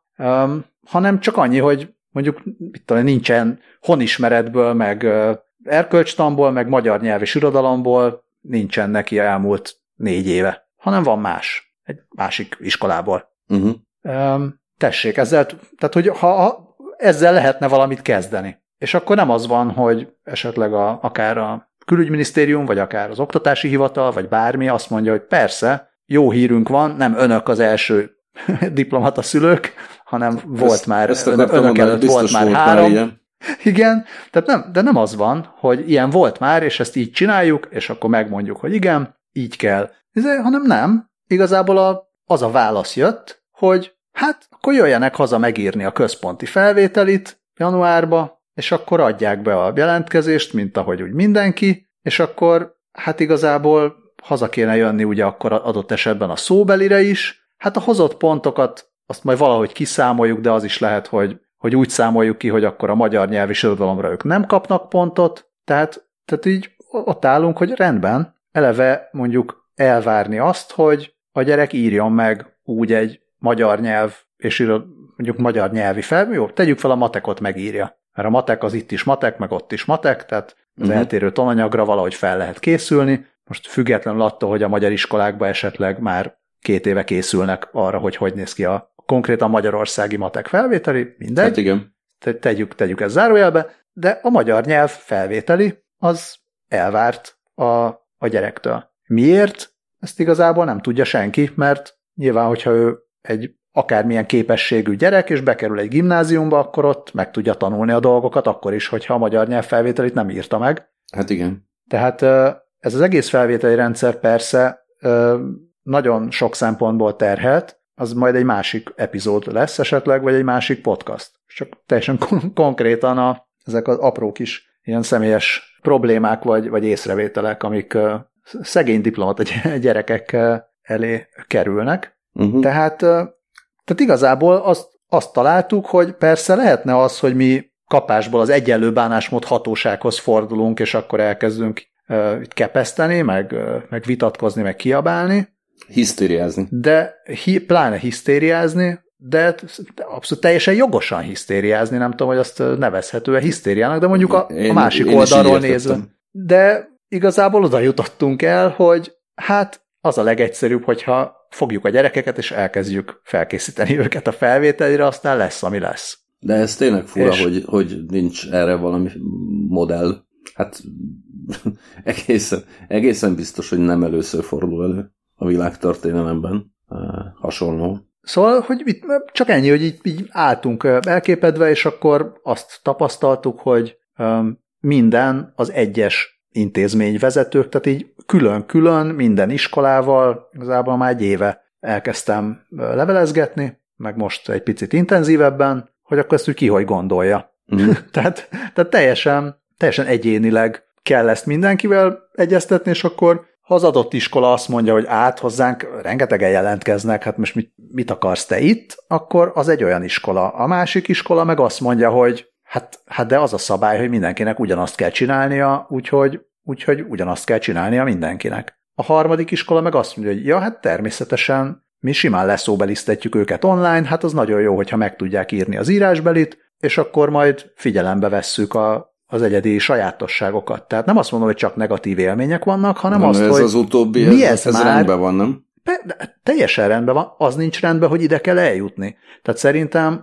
hanem csak annyi, hogy mondjuk nincsen honismeretből, meg erkölcstanból, meg magyar nyelv és irodalomból nincsen neki elmúlt 4 éve, hanem van más, egy másik iskolából. Uh-huh. Tessék, tehát hogy ha ezzel lehetne valamit kezdeni. És akkor nem az van, hogy esetleg akár a külügyminisztérium, vagy akár az oktatási hivatal, vagy bármi azt mondja, hogy persze, jó hírünk van, nem önök az első diplomata szülők, hanem volt már, önök előtt volt már 3. Igen, tehát nem az van, hogy ilyen volt már, és ezt így csináljuk, és akkor megmondjuk, hogy igen, így kell. Hanem nem. Igazából az a válasz jött, hogy hát akkor jöjjenek haza megírni a központi felvételit januárba, és akkor adják be a jelentkezést, mint ahogy úgy mindenki, és akkor hát igazából haza kéne jönni ugye akkor adott esetben a szóbelire is. Hát a hozott pontokat azt majd valahogy kiszámoljuk, de az is lehet, hogy úgy számoljuk ki, hogy akkor a magyar nyelvi irodalomra ők nem kapnak pontot. Tehát így ott állunk, hogy rendben, eleve mondjuk elvárni azt, hogy a gyerek írjon meg úgy egy magyar nyelv, és mondjuk magyar nyelvi jó, tegyük fel a matekot megírja. Mert a matek az itt is matek, meg ott is matek, tehát az eltérő tananyagra valahogy fel lehet készülni. Most függetlenül attól, hogy a magyar iskolákba esetleg már 2 éve készülnek arra, hogy néz ki a konkrétan magyarországi matek felvételi, mindegy. Hát igen. Tegyük ezt zárójelbe, de a magyar nyelv felvételi az elvárt a gyerektől. Miért? Ezt igazából nem tudja senki, mert nyilván, hogyha ő egy akármilyen képességű gyerek, és bekerül egy gimnáziumba, akkor ott meg tudja tanulni a dolgokat, akkor is, hogyha a magyar nyelv felvételit nem írta meg. Hát igen. Tehát ez az egész felvételi rendszer persze nagyon sok szempontból terhelt, az majd egy másik epizód lesz esetleg, vagy egy másik podcast. Csak teljesen konkrétan ezek az apró kis ilyen személyes problémák vagy észrevételek, amik szegény diplomata gyerekek elé kerülnek. Uh-huh. Tehát igazából azt találtuk, hogy persze lehetne az, hogy mi kapásból az egyenlő bánásmód hatósághoz fordulunk, és akkor elkezdünk kepeszteni, meg vitatkozni, meg kiabálni. Hisztériázni. De pláne hisztériázni, de abszolút teljesen jogosan hisztériázni, nem tudom, hogy azt nevezhető-e hisztériának, de mondjuk a másik oldalról nézve. De igazából oda jutottunk el, hogy hát az a legegyszerűbb, hogyha fogjuk a gyerekeket, és elkezdjük felkészíteni őket a felvételire, aztán lesz, ami lesz. De ez tényleg fura, hogy nincs erre valami modell. Hát egészen biztos, hogy nem először fordul elő a világtörténelemben hasonló. Szóval, hogy csak ennyi, hogy így álltunk elképedve, és akkor azt tapasztaltuk, hogy minden az egyes intézményvezetők, tehát így külön-külön minden iskolával, igazából már egy éve elkezdtem levelezgetni, meg most egy picit intenzívebben, hogy akkor ezt úgy ki hogy gondolja. Mm. tehát teljesen egyénileg kell ezt mindenkivel egyeztetni, és akkor ha az adott iskola azt mondja, hogy hozzánk rengetegen jelentkeznek, hát most mit akarsz te itt, akkor az egy olyan iskola. A másik iskola meg azt mondja, hogy hát de az a szabály, hogy mindenkinek ugyanazt kell csinálnia, úgyhogy ugyanazt kell csinálnia mindenkinek. A harmadik iskola meg azt mondja, hogy ja, hát természetesen mi simán leszóbelisztetjük őket online, hát az nagyon jó, hogyha meg tudják írni az írásbelit, és akkor majd figyelembe vesszük az egyedi sajátosságokat. Tehát nem azt mondom, hogy csak negatív élmények vannak, hanem azt, ez hogy az utóbbi, ez már rendben van, nem? Teljesen rendben van, az nincs rendben, hogy ide kell eljutni. Tehát szerintem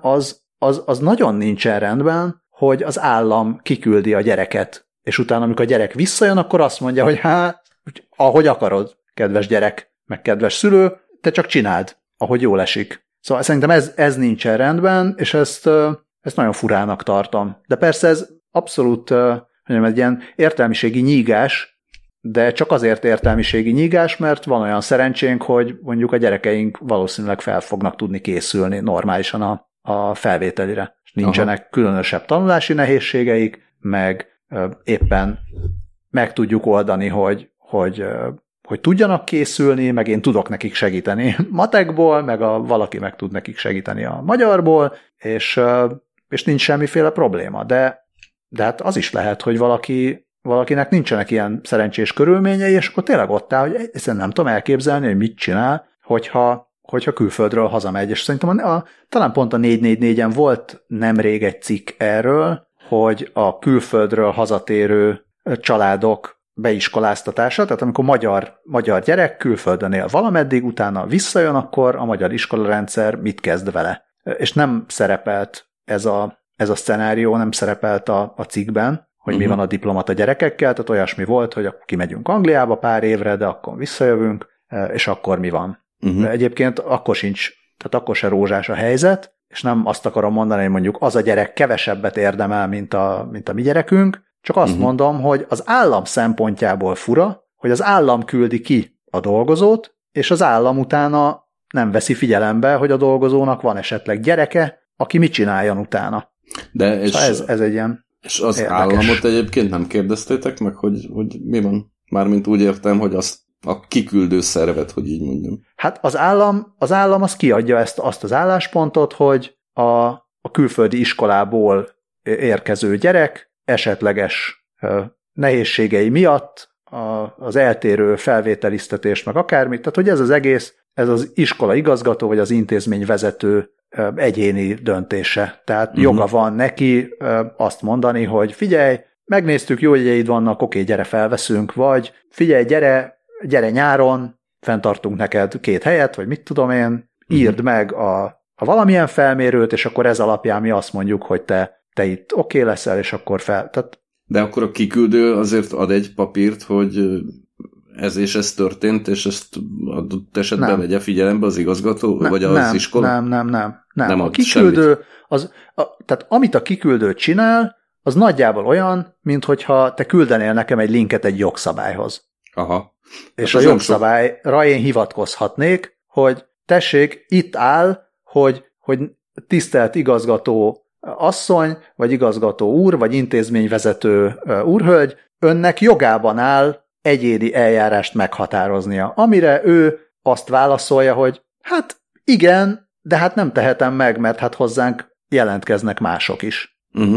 az nagyon nincsen rendben, hogy az állam kiküldi a gyereket, és utána, amikor a gyerek visszajön, akkor azt mondja, hogy ahogy akarod, kedves gyerek, meg kedves szülő, te csak csináld, ahogy jól esik. Szóval szerintem ez nincsen rendben, és ezt nagyon furának tartom. De persze ez abszolút egy ilyen értelmiségi nyígás, de csak azért értelmiségi nyígás, mert van olyan szerencsénk, hogy mondjuk a gyerekeink valószínűleg fel fognak tudni készülni normálisan a felvételire. És nincsenek különösebb tanulási nehézségeik, meg éppen meg tudjuk oldani, hogy tudjanak készülni, meg én tudok nekik segíteni matekból, meg valaki meg tud nekik segíteni a magyarból, és nincs semmiféle probléma. De hát az is lehet, hogy valakinek nincsenek ilyen szerencsés körülményei, és akkor tényleg ott áll, hogy egyszerűen nem tudom elképzelni, hogy mit csinál, hogyha külföldről hazamegy. És szerintem talán pont a 444-en volt nemrég egy cikk erről, hogy a külföldről hazatérő családok beiskoláztatása, tehát amikor magyar gyerek külföldön él valameddig, utána visszajön, akkor a magyar iskolarendszer mit kezd vele. És nem szerepelt ez a szcenárió, nem szerepelt a cikkben, hogy mi van a diplomata gyerekekkel, tehát olyasmi volt, hogy akkor kimegyünk Angliába pár évre, de akkor visszajövünk, és akkor mi van. Egyébként akkor se rózsás a helyzet, és nem azt akarom mondani, hogy mondjuk az a gyerek kevesebbet érdemel, mint a mi gyerekünk, csak azt mondom, hogy az állam szempontjából fura, hogy az állam küldi ki a dolgozót, és az állam utána nem veszi figyelembe, hogy a dolgozónak van esetleg gyereke, aki mit csináljon utána. De szóval ez egy ilyen és az érdekes. Államot egyébként nem kérdeztétek meg, hogy mi van? Mármint úgy értem, hogy a kiküldő szervet, hogy így mondjam. Hát az állam az kiadja azt az álláspontot, hogy a külföldi iskolából érkező gyerek esetleges nehézségei miatt az eltérő felvételiztetés, meg akármit, tehát hogy ez az egész, ez az iskola igazgató, vagy az intézmény vezető egyéni döntése. Tehát joga van neki azt mondani, hogy figyelj, megnéztük, jó jegyeid vannak, oké, gyere, felveszünk, vagy figyelj, gyere nyáron, fenntartunk neked 2 helyet, vagy mit tudom én, írd meg a valamilyen felmérőt, és akkor ez alapján mi azt mondjuk, hogy te itt oké leszel, és akkor tehát... De akkor a kiküldő azért ad egy papírt, hogy ez történt, és ezt adott esetben vegye figyelembe az igazgató, vagy az iskola? Nem. A kiküldő, tehát amit a kiküldő csinál, az nagyjából olyan, mint hogyha te küldenél nekem egy linket egy jogszabályhoz. Aha. És hát a jogszabályra én hivatkozhatnék, hogy tessék, itt áll, hogy tisztelt igazgató asszony, vagy igazgató úr, vagy intézményvezető úrhölgy, önnek jogában áll egyéni eljárást meghatároznia, amire ő azt válaszolja, hogy hát igen, de hát nem tehetem meg, mert hát hozzánk jelentkeznek mások is.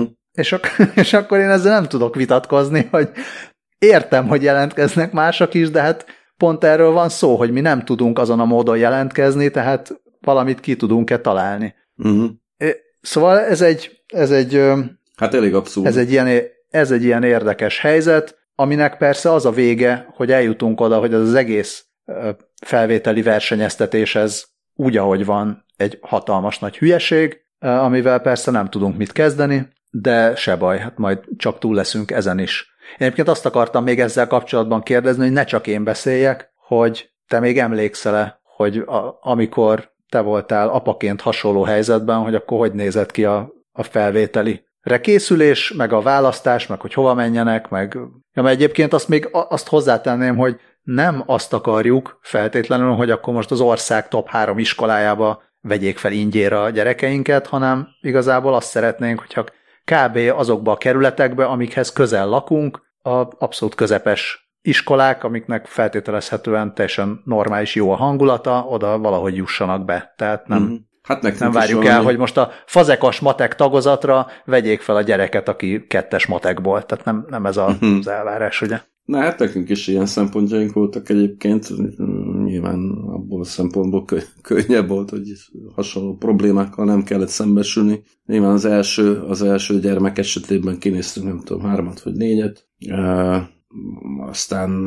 És akkor én ezzel nem tudok vitatkozni, hogy értem, hogy jelentkeznek mások is, de hát pont erről van szó, hogy mi nem tudunk azon a módon jelentkezni, tehát valamit ki tudunk-e találni. Szóval ez egy hát elég abszurd. Ez egy ilyen érdekes helyzet, aminek persze az a vége, hogy eljutunk oda, hogy az egész felvételi versenyeztetés ez úgy, ahogy van, egy hatalmas nagy hülyeség, amivel persze nem tudunk mit kezdeni, de se baj, hát majd csak túl leszünk ezen is. Én egyébként azt akartam még ezzel kapcsolatban kérdezni, hogy ne csak én beszéljek, hogy te még emlékszel-e, hogy amikor te voltál apaként hasonló helyzetben, hogy akkor hogy nézett ki a felvételi rekészülés, meg a választás, meg hogy hova menjenek, meg mert egyébként azt hozzátenném, hogy nem azt akarjuk feltétlenül, hogy akkor most az ország top 3 iskolájába vegyék fel ingyére a gyerekeinket, hanem igazából azt szeretnénk, hogyha kb. Azokba a kerületekbe, amikhez közel lakunk, a abszolút közepes iskolák, amiknek feltételezhetően teljesen normális, jó a hangulata, oda valahogy jussanak be. Tehát nem várjuk el, hogy most a fazekas matek tagozatra vegyék fel a gyereket, aki 2-es matekból. Tehát nem ez az elvárás, ugye? Na hát nekünk is ilyen szempontjaink voltak egyébként. Nyilván abból a szempontból könnyebb volt, hogy hasonló problémákkal nem kellett szembesülni. Nyilván az első gyermek esetében kinéztünk, nem tudom, 3 vagy 4. Aztán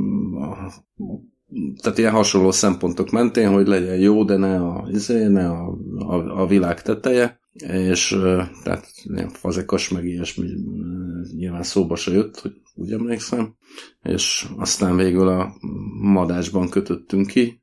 tehát ilyen hasonló szempontok mentén, hogy legyen jó, de ne a világ teteje, és tehát ilyen fazekas meg ilyesmi nyilván szóba se jött, hogy úgy emlékszem, és aztán végül a Madácsban kötöttünk ki,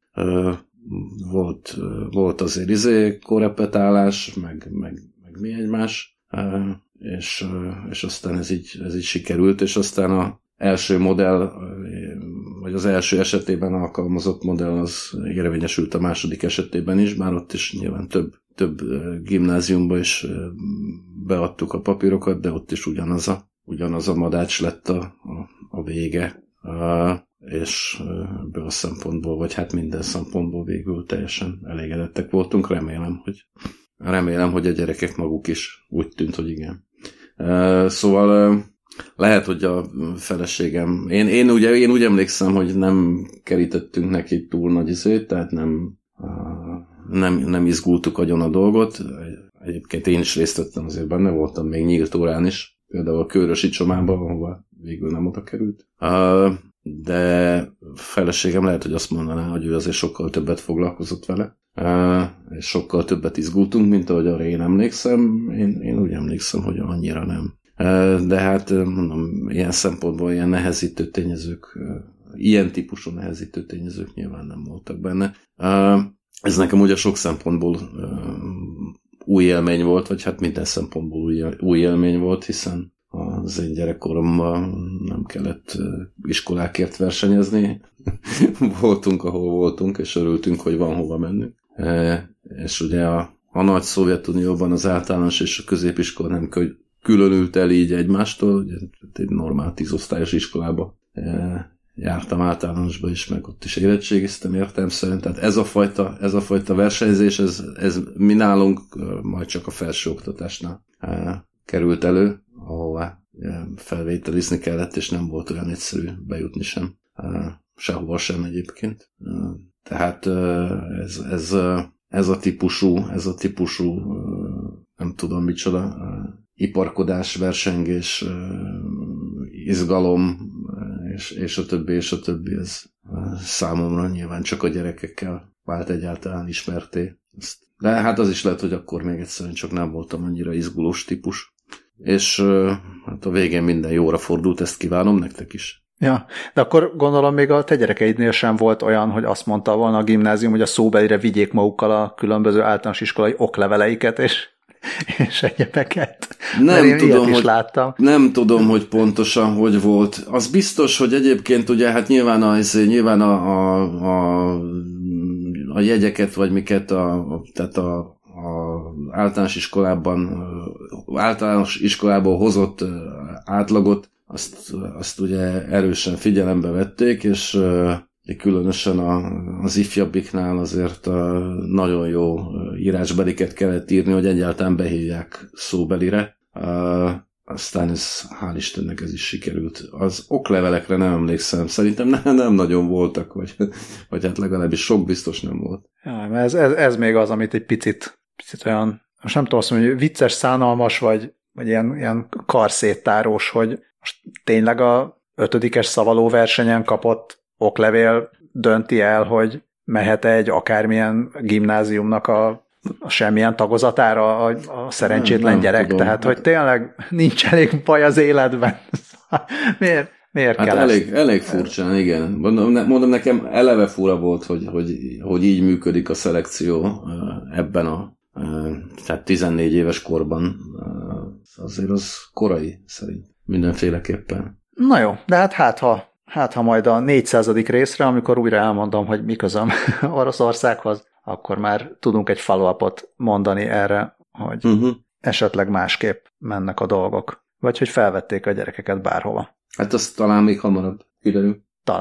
volt azért korrepetálás, meg mi egymás, és aztán ez így sikerült, és aztán a első modell, vagy az első esetében alkalmazott modell az érvényesült a második esetében is, bár ott is nyilván több gimnáziumba is beadtuk a papírokat, de ott is ugyanaz a Madács lett a vége, és ebből a szempontból, vagy hát minden szempontból végül teljesen elégedettek voltunk. Remélem, hogy a gyerekek maguk is úgy tűnt, hogy igen. Szóval lehet, hogy a feleségem... Én úgy emlékszem, hogy nem kerítettünk neki túl nagy izét, tehát nem izgultuk agyon a dolgot. Egyébként én is részt vettem, azért benne voltam még nyílt órán is, például a Kőrösi Csomában, ahova végül nem oda került. De feleségem lehet, hogy azt mondaná, hogy ő azért sokkal többet foglalkozott vele, és sokkal többet izgultunk, mint ahogy arra én emlékszem. Én úgy emlékszem, hogy annyira nem. De hát mondom, ilyen szempontból ilyen nehezítő tényezők, ilyen típusú nehezítő tényezők nyilván nem voltak benne. Ez nekem ugye sok szempontból új élmény volt, vagy hát minden szempontból új élmény volt, hiszen az én gyerekkoromban nem kellett iskolákért versenyezni. Voltunk, ahol voltunk, és örültünk, hogy van hova menni. És ugye a nagy Szovjetunióban az általános és a középiskola nem különült el így egymástól, ugye egy normál 10-osztályos iskolába jártam általánosba is, meg ott is érettségiztem értelemszerűen, tehát ez a fajta versenyzés, ez mi nálunk majd csak a felsőoktatásnál került elő, ahová felvételizni kellett, és nem volt olyan egyszerű bejutni sem, sehova sem egyébként. Tehát ez a típusú nem tudom micsoda, iparkodás, versengés, izgalom, és a többi, ez számomra nyilván csak a gyerekekkel vált egyáltalán ismerté. De hát az is lehet, hogy akkor még egyszerűen csak nem voltam annyira izgulós típus. És hát a végén minden jóra fordult, ezt kívánom nektek is. Ja, de akkor gondolom még a te gyerekeidnél sem volt olyan, hogy azt mondta volna a gimnázium, hogy a szóbelire vigyék magukkal a különböző általános iskolai okleveleiket, és egyebeket. Nem tudom, hogy pontosan hogy volt. Az biztos, hogy egyébként ugye hát nyilván a jegyeket, vagy miket tehát a általános iskolából hozott átlagot, azt ugye erősen figyelembe vették, és különösen az ifjabbiknál azért nagyon jó írásbeliket kellett írni, hogy egyáltalán behívják szóbelire. Aztán hál' Istennek ez is sikerült. Az oklevelekre nem emlékszem, szerintem nem nagyon voltak, vagy hát legalábbis sok biztos nem volt. Ja, ez még az, amit egy picit olyan, most nem tudom azt mondani, hogy vicces, szánalmas, vagy ilyen karszéttárós, hogy most tényleg a 5-es szavalóversenyen kapott oklevél dönti el, hogy mehet egy akármilyen gimnáziumnak a a semmilyen tagozatára a szerencsétlen nem gyerek, tudom. tehát hogy tényleg nincs elég baj az életben. Miért hát kell elég furcsán, igen. Mondom, nekem eleve fura volt, hogy így működik a szelekció ebben tehát 14 éves korban. Azért az korai szerint. Mindenféleképpen. Na jó, de hát ha majd a 400. részre, amikor újra elmondom, hogy mi közöm Oroszországhoz, akkor már tudunk egy follow-upot mondani erre, hogy esetleg másképp mennek a dolgok. Vagy hogy felvették a gyerekeket bárhova. Hát az talán még hamarabb kiderül.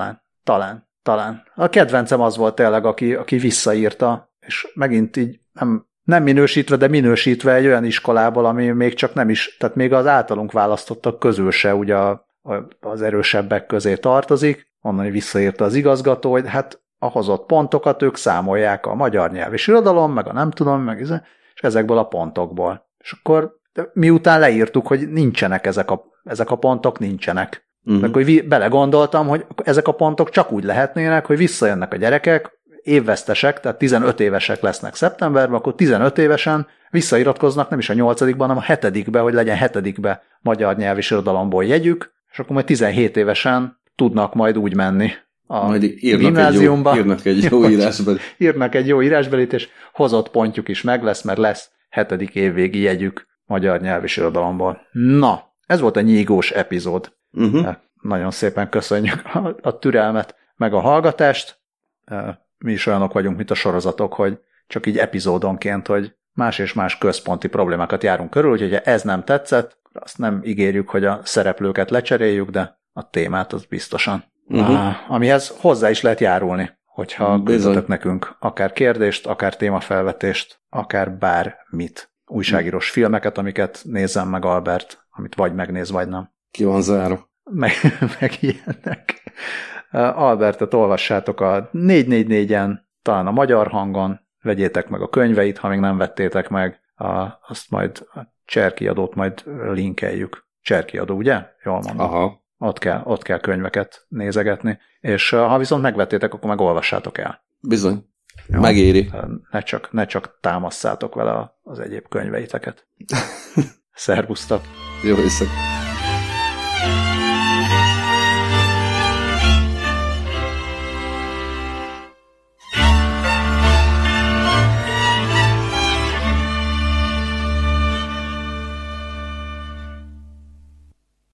Talán. A kedvencem az volt tényleg, aki visszaírta, és megint így nem minősítve, de minősítve egy olyan iskolából, ami még csak nem is, tehát még az általunk választottak közül se ugye az erősebbek közé tartozik, onnan visszaírta az igazgató, hogy hát a hozott pontokat ők számolják a magyar nyelv és irodalom, meg a nem tudom, és ezekből a pontokból. És akkor miután leírtuk, hogy nincsenek ezek a pontok, nincsenek. Akkor belegondoltam, hogy ezek a pontok csak úgy lehetnének, hogy visszajönnek a gyerekek, évvesztesek, tehát 15 évesek lesznek szeptemberben, akkor 15 évesen visszairatkoznak nem is a 8-ban, hanem a 7-be, hogy legyen 7-be magyar nyelv és irodalomból jegyük, és akkor majd 17 évesen tudnak majd úgy menni a majd gimnáziumba. Írnak egy jó írásbelit. Írnak egy jó írásbelit, és hozott pontjuk is meg lesz, mert lesz 7. évvégi jegyük magyar nyelv és irodalomból. Na, ez volt a nyígós epizód. Nagyon szépen köszönjük a türelmet, meg a hallgatást. Mi is olyanok vagyunk, mint a sorozatok, hogy csak így epizódonként, hogy más és más központi problémákat járunk körül, úgyhogy ha ez nem tetszett, azt nem ígérjük, hogy a szereplőket lecseréljük, de a témát az biztosan. Amihez hozzá is lehet járulni, hogyha küldtetek nekünk akár kérdést, akár témafelvetést, akár bármit. Újságírós filmeket, amiket nézzem meg Albert, amit vagy megnéz, vagy nem. Ki van zárva. Meg ilyenek. Albertet olvassátok a 444-en, talán a Magyar Hangon, vegyétek meg a könyveit, ha még nem vettétek meg, azt majd a Cserkiadót majd linkeljük. Cserkiadó, ugye? Jól mondom. Aha. Ott kell könyveket nézegetni, és ha viszont megvettétek, akkor meg olvassátok el. Bizony. Jó? Megéri. Ne csak támasszátok vele az egyéb könyveiteket. Szervusztok! Jó éjszakát!